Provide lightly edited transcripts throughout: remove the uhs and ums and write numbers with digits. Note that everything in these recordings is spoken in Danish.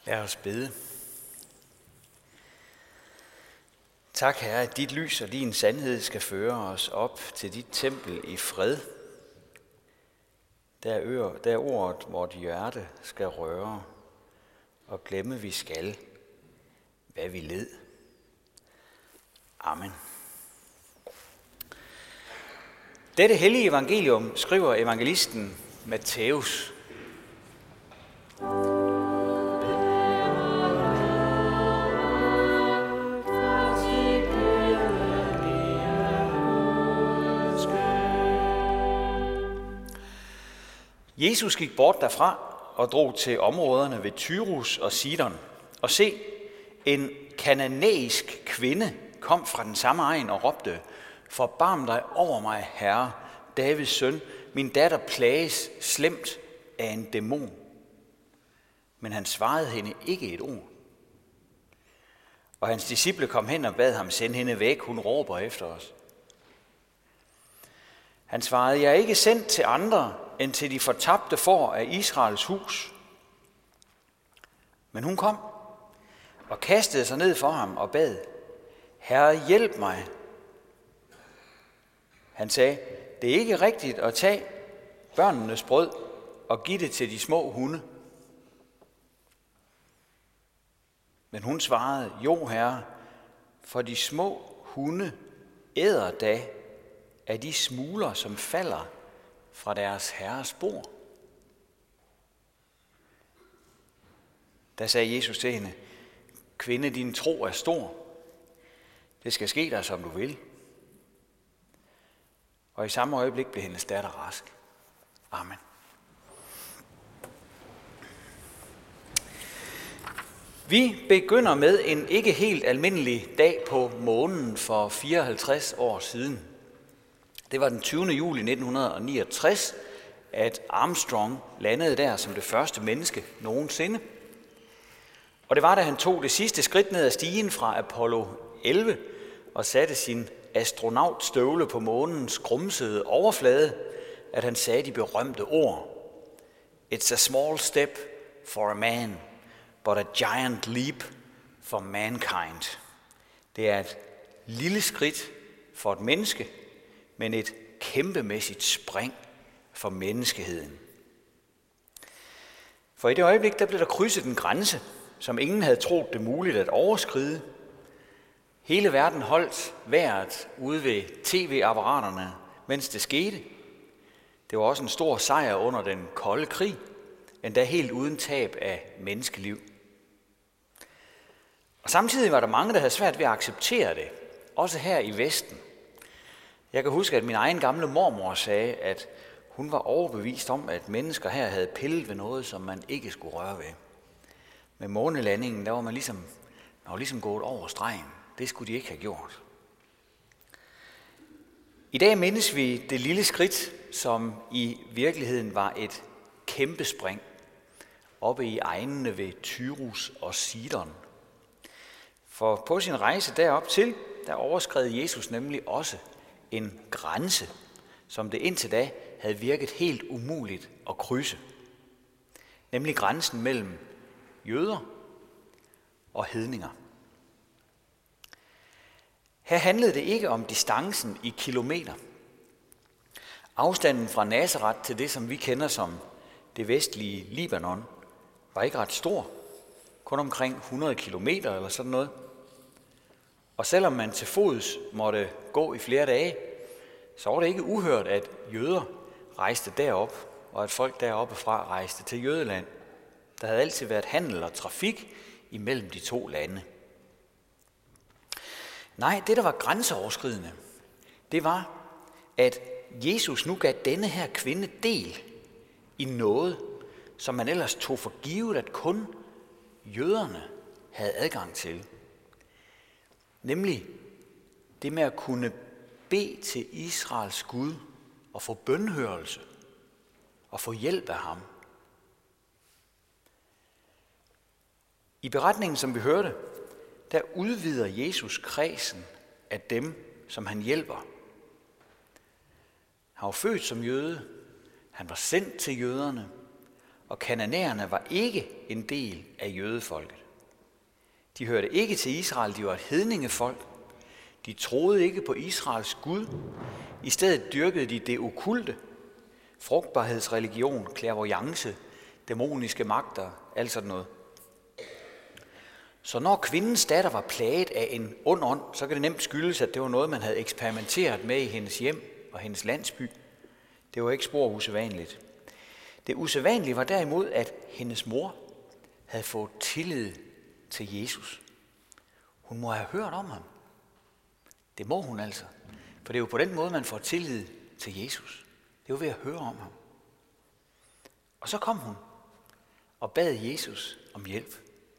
Lad os bede. Tak, Herre, at dit lys og din sandhed skal føre os op til dit tempel i fred. Der ordet, vort hjerte skal røre, og glemme vi skal, hvad vi led. Amen. Dette hellige evangelium skriver evangelisten Matthæus. Jesus gik bort derfra og drog til områderne ved Tyrus og Sidon. Og se, en kananæisk kvinde kom fra den samme egn og råbte: "Forbarm dig over mig, Herre, Davids søn, min datter plages slemt af en dæmon." Men han svarede hende ikke et ord. Og hans disciple kom hen og bad ham: "Send hende væk, hun råber efter os." Han svarede: "Jeg er ikke sendt til andre end til de fortabte får af Israels hus." Men hun kom og kastede sig ned for ham og bad: "Herre, hjælp mig." Han sagde: "Det er ikke rigtigt at tage børnenes brød og give det til de små hunde." Men hun svarede: "Jo, Herre, for de små hunde æder da af de smuler, som falder fra deres herres bord." Da sagde Jesus til hende: "Kvinde, din tro er stor. Det skal ske dig, som du vil." Og i samme øjeblik blev hendes datter rask. Amen. Vi begynder med en ikke helt almindelig dag på månen for 54 år siden. Det var den 20. juli 1969, at Armstrong landede der som det første menneske nogensinde. Og det var, da han tog det sidste skridt ned ad stigen fra Apollo 11 og satte sin astronautstøvle på månens grumsede overflade, at han sagde de berømte ord: "It's a small step for a man, but a giant leap for mankind." Det er et lille skridt for et menneske, men et kæmpemæssigt spring for menneskeheden. For i det øjeblik, der blev der krydset en grænse, som ingen havde troet det muligt at overskride. Hele verden holdt vejret ude ved tv-apparaterne, mens det skete. Det var også en stor sejr under den kolde krig, endda helt uden tab af menneskeliv. Og samtidig var der mange, der havde svært ved at acceptere det, også her i Vesten. Jeg kan huske, at min egen gamle mormor sagde, at hun var overbevist om, at mennesker her havde pillet ved noget, som man ikke skulle røre ved. Med månelandingen, der var man ligesom gået over stregen. Det skulle de ikke have gjort. I dag mindes vi det lille skridt, som i virkeligheden var et kæmpe spring oppe i egnene ved Tyrus og Sidon. For på sin rejse derop til, der overskred Jesus nemlig også en grænse, som det indtil da havde virket helt umuligt at krydse. Nemlig grænsen mellem jøder og hedninger. Her handlede det ikke om distancen i kilometer. Afstanden fra Nazaret til det, som vi kender som det vestlige Libanon, var ikke ret stor. Kun omkring 100 kilometer eller sådan noget. Og selvom man til fods måtte gå i flere dage, så var det ikke uhørt, at jøder rejste derop, og at folk deroppe fra rejste til Jødeland. Der havde altid været handel og trafik imellem de to lande. Nej, det der var grænseoverskridende, det var, at Jesus nu gav denne her kvinde del i noget, som man ellers tog for givet, at kun jøderne havde adgang til. Nemlig det med at kunne bede til Israels Gud og få bønhørelse og få hjælp af ham. I beretningen, som vi hørte, der udvider Jesus kredsen af dem, som han hjælper. Han var født som jøde, han var sendt til jøderne, og kananæerne var ikke en del af jødefolket. De hørte ikke til Israel, de var et hedningefolk. De troede ikke på Israels Gud. I stedet dyrkede de det okkulte, frugtbarhedsreligion, clairvoyance, dæmoniske magter, alt sådan noget. Så når kvindens datter var plaget af en ond ånd, så kan det nemt skyldes, at det var noget, man havde eksperimenteret med i hendes hjem og hendes landsby. Det var ikke spor usædvanligt. Det usædvanlige var derimod, at hendes mor havde fået tillid til Jesus. Hun må have hørt om ham. Det må hun altså. For det er jo på den måde, man får tillid til Jesus. Det er jo ved at høre om ham. Og så kom hun og bad Jesus om hjælp.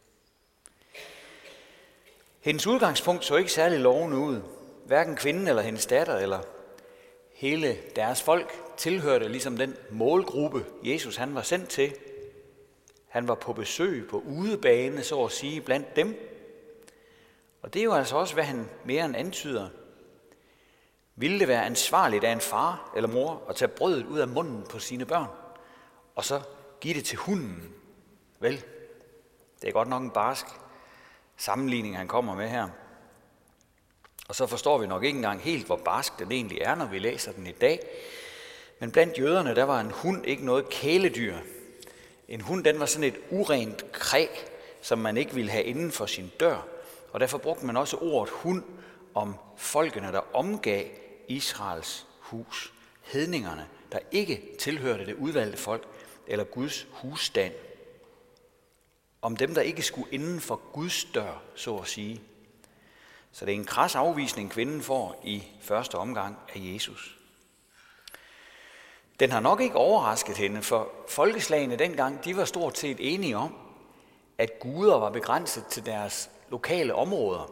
Hendes udgangspunkt så ikke særlig lovende ud. Hverken kvinden eller hendes datter eller hele deres folk tilhørte ligesom den målgruppe, Jesus han var sendt til. Han var på besøg på udebane, så at sige, blandt dem. Og det er jo altså også, hvad han mere end antyder. Ville det være ansvarligt af en far eller mor at tage brødet ud af munden på sine børn, og så give det til hunden? Vel, det er godt nok en barsk sammenligning, han kommer med her. Og så forstår vi nok ikke engang helt, hvor barsk den egentlig er, når vi læser den i dag. Men blandt jøderne, der var en hund ikke noget kæledyr. En hund, den var sådan et urent kræ, som man ikke ville have inden for sin dør. Og derfor brugte man også ordet hund om folkene, der omgav Israels hus. Hedningerne, der ikke tilhørte det udvalgte folk eller Guds husstand. Om dem, der ikke skulle inden for Guds dør, så at sige. Så det er en kras afvisning, kvinden får i første omgang af Jesus. Den har nok ikke overrasket hende, for folkeslagene dengang, de var stort set enige om, at guder var begrænset til deres lokale områder.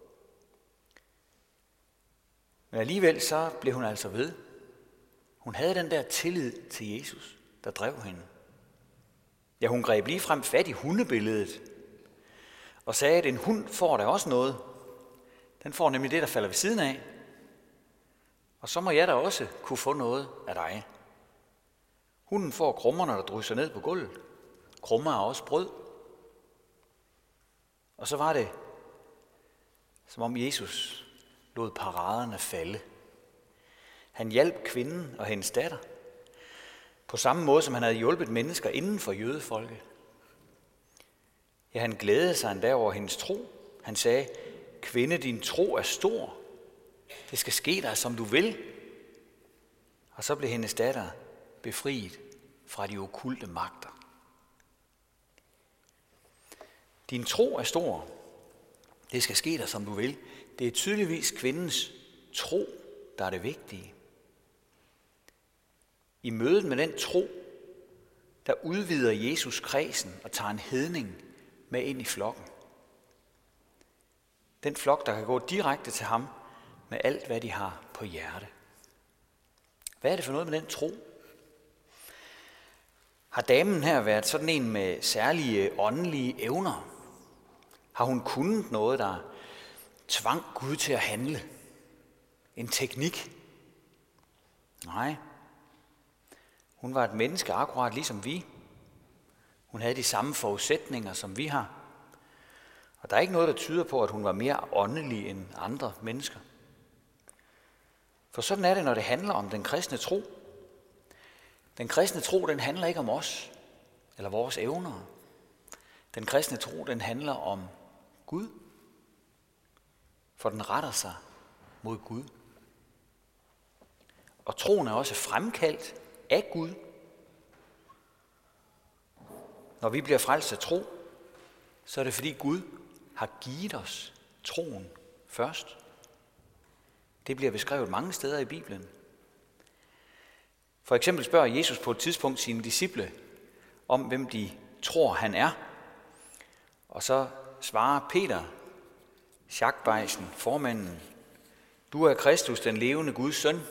Men alligevel så blev hun altså ved. Hun havde den der tillid til Jesus, der drev hende. Ja, hun greb ligefrem fat i hundebilledet og sagde, at en hund får da også noget. Den får nemlig det, der falder ved siden af. Og så må jeg da også kunne få noget af dig. Hunden får krummerne, der drysser ned på gulvet. Krummer er også brød. Og så var det, som om Jesus lod paraderne falde. Han hjalp kvinden og hendes datter, på samme måde som han havde hjulpet mennesker inden for jødefolket. Ja, han glædede sig endda over hendes tro. Han sagde, kvinde, din tro er stor. Det skal ske dig, som du vil. Og så blev hendes datter befriet fra de okkulte magter. Din tro er stor. Det skal ske dig, som du vil. Det er tydeligvis kvindens tro, der er det vigtige. I mødet med den tro, der udvider Jesus kredsen og tager en hedning med ind i flokken. Den flok, der kan gå direkte til ham med alt, hvad de har på hjerte. Hvad er det for noget med den tro? Har damen her været sådan en med særlige åndelige evner? Har hun kunnet noget, der tvang Gud til at handle? En teknik? Nej. Hun var et menneske akkurat ligesom vi. Hun havde de samme forudsætninger, som vi har. Og der er ikke noget, der tyder på, at hun var mere åndelig end andre mennesker. For sådan er det, når det handler om den kristne tro. Den kristne tro, den handler ikke om os eller vores evner. Den kristne tro, den handler om Gud. For den retter sig mod Gud. Og troen er også fremkaldt af Gud. Når vi bliver frelst af tro, så er det fordi Gud har givet os troen først. Det bliver beskrevet mange steder i Bibelen. For eksempel spørger Jesus på et tidspunkt sine disciple om, hvem de tror, han er. Og så svarer Peter, Schackbeisen, formanden, du er Kristus, den levende Guds søn.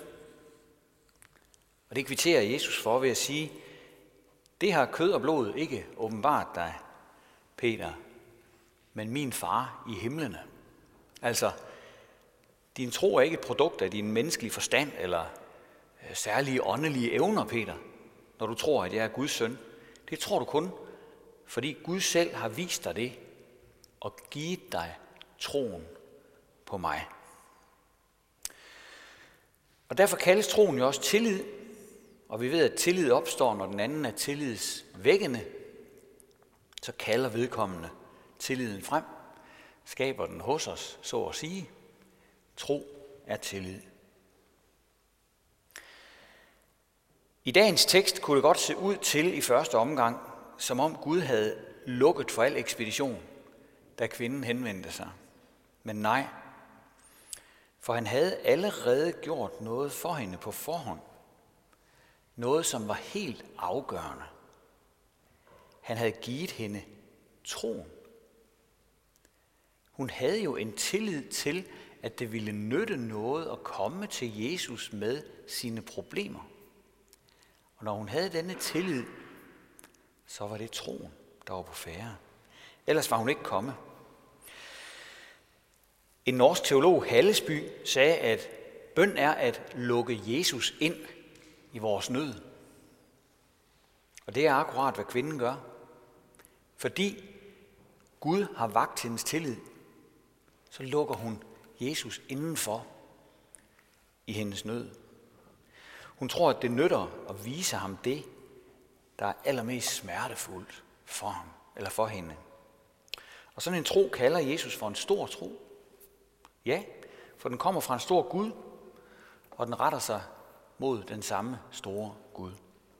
Og det kvitterer Jesus for ved at sige, det har kød og blod ikke åbenbart dig, Peter, men min far i himlene. Altså, din tro er ikke et produkt af din menneskelige forstand eller særlige åndelige evner, Peter, når du tror, at jeg er Guds søn. Det tror du kun, fordi Gud selv har vist dig det og givet dig troen på mig. Og derfor kaldes troen jo også tillid, og vi ved, at tillid opstår, når den anden er tillidsvækkende. Så kalder vedkommende tilliden frem, skaber den hos os, så at sige. Tro er tillid. I dagens tekst kunne det godt se ud til i første omgang, som om Gud havde lukket for al ekspedition, da kvinden henvendte sig. Men nej, for han havde allerede gjort noget for hende på forhånd. Noget, som var helt afgørende. Han havde givet hende troen. Hun havde jo en tillid til, at det ville nytte noget at komme til Jesus med sine problemer. Og når hun havde denne tillid, så var det troen, der var på færde. Ellers var hun ikke kommet. En norsk teolog, Hallesby, sagde, at bøn er at lukke Jesus ind i vores nød. Og det er akkurat, hvad kvinden gør. Fordi Gud har vakt hendes tillid, så lukker hun Jesus indenfor i hendes nød. Hun tror, at det nytter at vise ham det, der er allermest smertefuldt for ham eller for hende. Og sådan en tro kalder Jesus for en stor tro. Ja, for den kommer fra en stor Gud, og den retter sig mod den samme store Gud.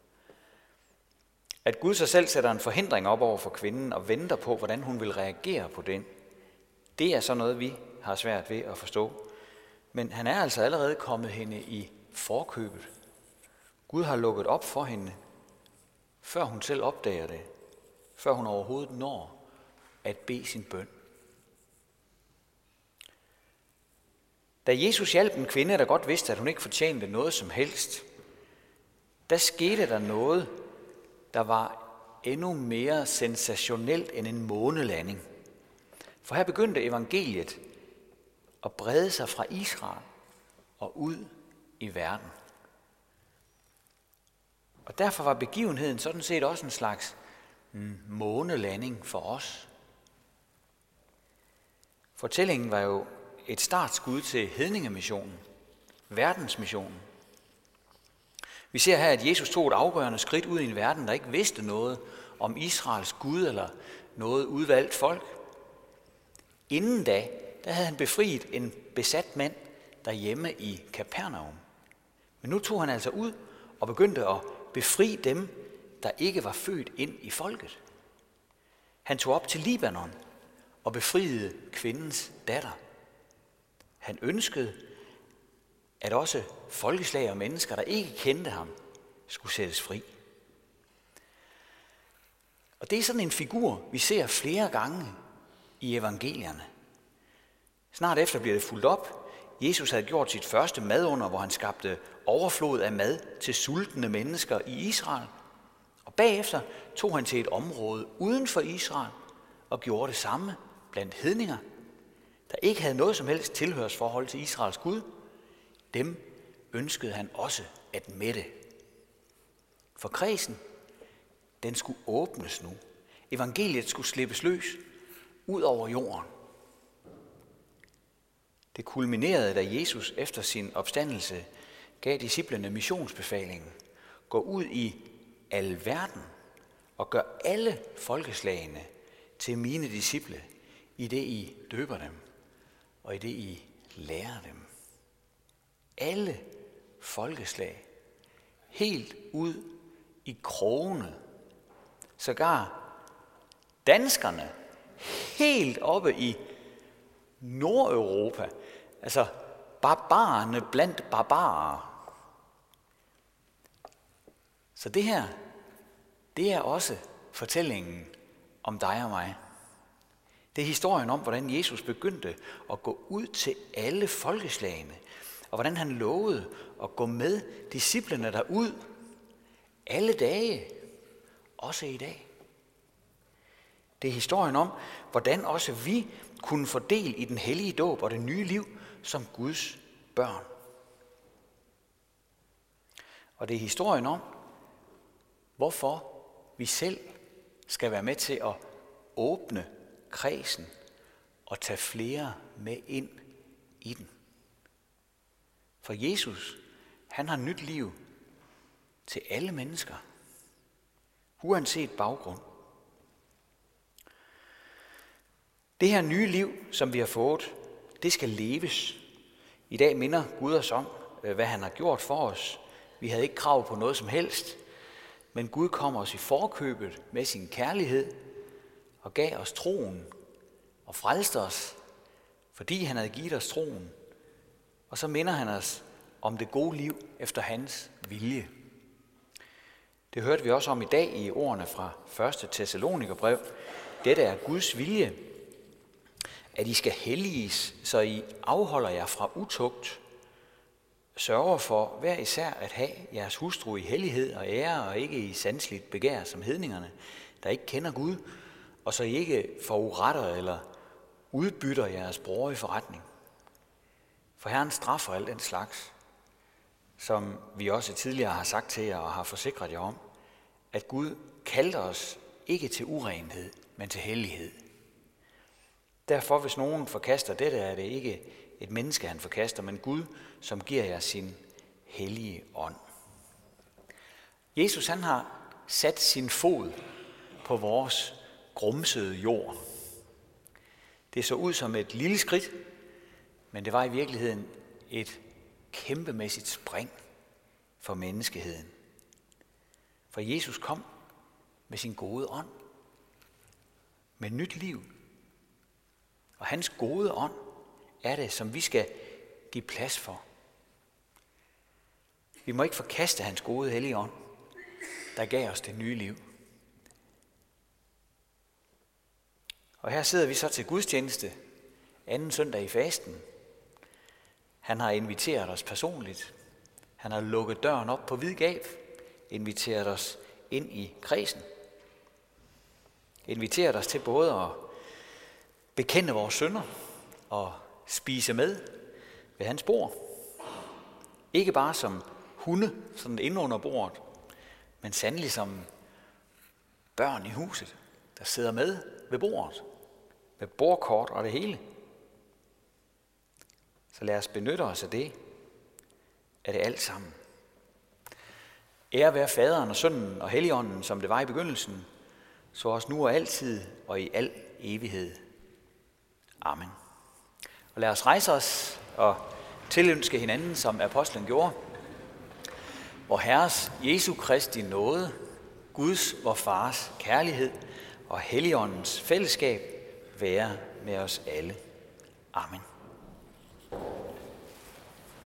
At Gud sig selv sætter en forhindring op over for kvinden og venter på, hvordan hun vil reagere på den, det er så noget, vi har svært ved at forstå. Men han er altså allerede kommet hende i forkøbet. Gud har lukket op for hende, før hun selv opdager det, før hun overhovedet når at bede sin bøn. Da Jesus hjalp en kvinde, der godt vidste, at hun ikke fortjente noget som helst, der skete der noget, der var endnu mere sensationelt end en månelanding. For her begyndte evangeliet at brede sig fra Israel og ud i verden. Og derfor var begivenheden sådan set også en slags månelanding for os. Fortællingen var jo et startskud til hedningemissionen, verdensmissionen. Vi ser her, at Jesus tog et afgørende skridt ud i en verden, der ikke vidste noget om Israels Gud eller noget udvalgt folk. Inden da havde han befriet en besat mand derhjemme i Kapernaum. Men nu tog han altså ud og begyndte at befri dem, der ikke var født ind i folket. Han tog op til Libanon og befriede kvindens datter. Han ønskede, at også folkeslag og mennesker, der ikke kendte ham, skulle sættes fri. Og det er sådan en figur, vi ser flere gange i evangelierne. Snart efter bliver det fulgt op. Jesus havde gjort sit første madunder, hvor han skabte overflod af mad til sultne mennesker i Israel. Og bagefter tog han til et område uden for Israel og gjorde det samme blandt hedninger, der ikke havde noget som helst tilhørsforhold til Israels Gud. Dem ønskede han også at mætte. For kredsen, den skulle åbnes nu. Evangeliet skulle slippes løs ud over jorden. Det kulminerede, da Jesus efter sin opstandelse gav disciplene missionsbefalingen. Gå ud i al verden og gør alle folkeslagene til mine disciple, i det I døber dem og i det I lærer dem. Alle folkeslag, helt ud i krogene, sågar danskerne, helt oppe i Nordeuropa, altså barbarerne blandt barbarer. Så det her, det er også fortællingen om dig og mig. Det er historien om, hvordan Jesus begyndte at gå ud til alle folkeslagene, og hvordan han lovede at gå med disciplene derud alle dage, også i dag. Det er historien om, hvordan også vi kunne få del i den hellige dåb og det nye liv som Guds børn. Og det er historien om, hvorfor vi selv skal være med til at åbne kredsen og tage flere med ind i den. For Jesus, han har nyt liv til alle mennesker, uanset baggrund. Det her nye liv, som vi har fået, det skal leves. I dag minder Gud os om, hvad han har gjort for os. Vi havde ikke krav på noget som helst, men Gud kom os i forkøbet med sin kærlighed og gav os troen og frelste os, fordi han havde givet os troen. Og så minder han os om det gode liv efter hans vilje. Det hørte vi også om i dag i ordene fra 1. Thessalonikerbrev. Dette er Guds vilje, at I skal helliges, så I afholder jer fra utugt. Sørger for hver især at have jeres hustru i hellighed og ære, og ikke i sanseligt begær som hedningerne, der ikke kender Gud, og så I ikke foruretter eller udbytter jeres bror i forretning. For Herren straffer alt den slags, som vi også tidligere har sagt til jer og har forsikret jer om, at Gud kaldte os ikke til urenhed, men til hellighed. Derfor, hvis nogen forkaster dette, er det ikke et menneske, han forkaster, men Gud, som giver jer sin hellige ånd. Jesus, han har sat sin fod på vores grumsede jord. Det så ud som et lille skridt, men det var i virkeligheden et kæmpemæssigt spring for menneskeheden. For Jesus kom med sin gode ånd, med nyt liv. Og hans gode ånd er det, som vi skal give plads for. Vi må ikke forkaste hans gode hellige ånd, der gav os det nye liv. Og her sidder vi så til gudstjeneste, anden søndag i fasten. Han har inviteret os personligt. Han har lukket døren op på vid gab, inviteret os ind i kredsen. Inviteret os til både at bekende vores synder og spise med ved hans bord. Ikke bare som hunde, sådan inde under bordet, men sandelig som børn i huset, der sidder med ved bordet, med bordkort og det hele. Så lad os benytte os af det alt sammen. Ære være faderen og sønnen og helligånden, som det var i begyndelsen, så også nu og altid og i al evighed. Amen. Og lad os rejse os og tilønske hinanden, som apostlen gjorde. Vor Herres Jesu Kristi nåde, Guds vor Fars kærlighed og Helligåndens fællesskab være med os alle. Amen.